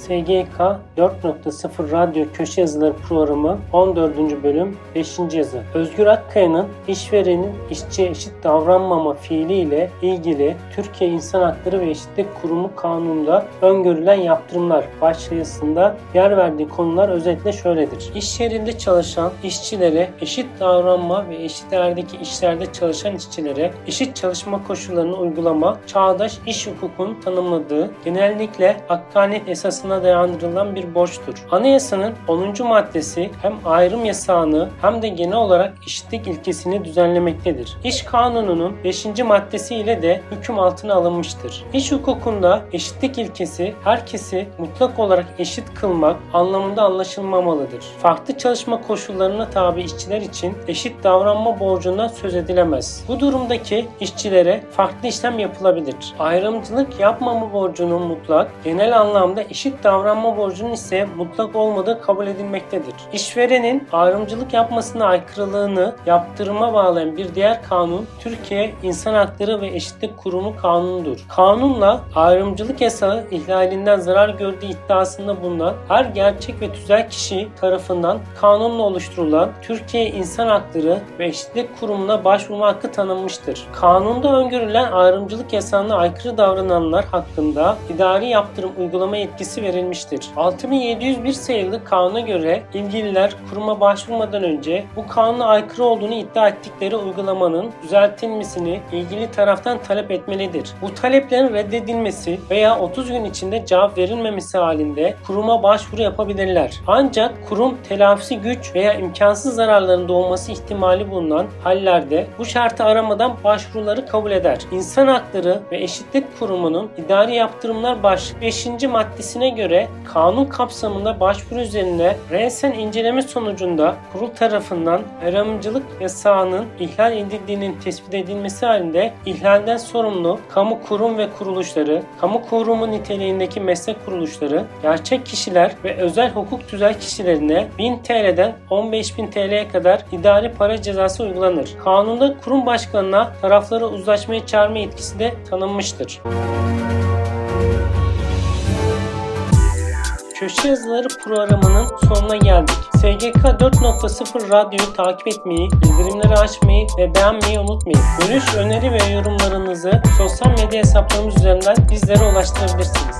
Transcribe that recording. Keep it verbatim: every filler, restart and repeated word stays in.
S G K dört nokta sıfır Radyo Köşe Yazıları Programı on dördüncü bölüm beşinci yazı. Özgür Akkaya'nın işverenin işçiye eşit davranmama fiiliyle ilgili Türkiye İnsan Hakları ve Eşitlik Kurumu Kanunu'nda öngörülen yaptırımlar başlığında yer verdiği konular özetle şöyledir. İş yerinde çalışan işçilere eşit davranma ve eşit değerdeki işlerde çalışan işçilere eşit çalışma koşullarını uygulama, çağdaş iş hukukunun tanımladığı, genellikle hakkaniyet esasına dayandırılan bir borçtur. Anayasanın onuncu maddesi hem ayrım yasağını hem de genel olarak eşitlik ilkesini düzenlemektedir. İş Kanunu'nun beşinci maddesi ile de hüküm altına alınmıştır. İş hukukunda eşitlik ilkesi herkesi mutlak olarak eşit kılmak anlamında anlaşılmamalıdır. Farklı çalışma koşullarına tabi işçiler için eşit davranma borcundan söz edilemez. Bu durumdaki işçilere farklı işlem yapılabilir. Ayrımcılık yapmama borcunun mutlak, genel anlamda eşit davranma borcunun ise mutlak olmadığı kabul edilmektedir. İşverenin ayrımcılık yapmasına aykırılığını yaptırıma bağlayan bir diğer kanun Türkiye İnsan Hakları ve Eşitlik Kurumu Kanunu'dur. Kanunla ayrımcılık yasağı ihlalinden zarar gördüğü iddiasında bulunan her gerçek ve tüzel kişi tarafından kanunla oluşturulan Türkiye İnsan Hakları ve Eşitlik Kurumu'na başvurma hakkı tanınmıştır. Kanunda öngörülen ayrımcılık yasağına aykırı davrananlar hakkında idari yaptırım uygulama yetkisi verilmiştir. altı bin yedi yüz bir sayılı kanuna göre ilgililer kuruma başvurmadan önce bu kanuna aykırı olduğunu iddia ettikleri uygulamanın düzeltilmesini ilgili taraftan talep etmelidir. Bu taleplerin reddedilmesi veya otuz gün içinde cevap verilmemesi halinde kuruma başvuru yapabilirler. Ancak kurum telafisi güç veya imkansız zararların doğması ihtimali bulunan hallerde bu şartı aramadan başvuruları kabul eder. İnsan Hakları ve Eşitlik Kurumu'nun idari yaptırımlar başlığı beşinci maddesine göre kanun kapsamında başvuru üzerine resen inceleme sonucunda kurul tarafından ayrımcılık yasağının ihlal edildiğinin tespit edilmesi halinde ihlalden sorumlu kamu kurum ve kuruluşları, kamu kurumu niteliğindeki meslek kuruluşları, gerçek kişiler ve özel hukuk tüzel kişilerine bin T L'den on beş bin T L'ye kadar idari para cezası uygulanır. Kanunda kurum başkanına tarafları uzlaşmaya çağırma yetkisi de tanınmıştır. Köşe Yazıları programının sonuna geldik. S G K dört nokta sıfır Radyo'yu takip etmeyi, bildirimleri açmayı ve beğenmeyi unutmayın. Görüş, öneri ve yorumlarınızı sosyal medya hesaplarımız üzerinden bizlere ulaştırabilirsiniz.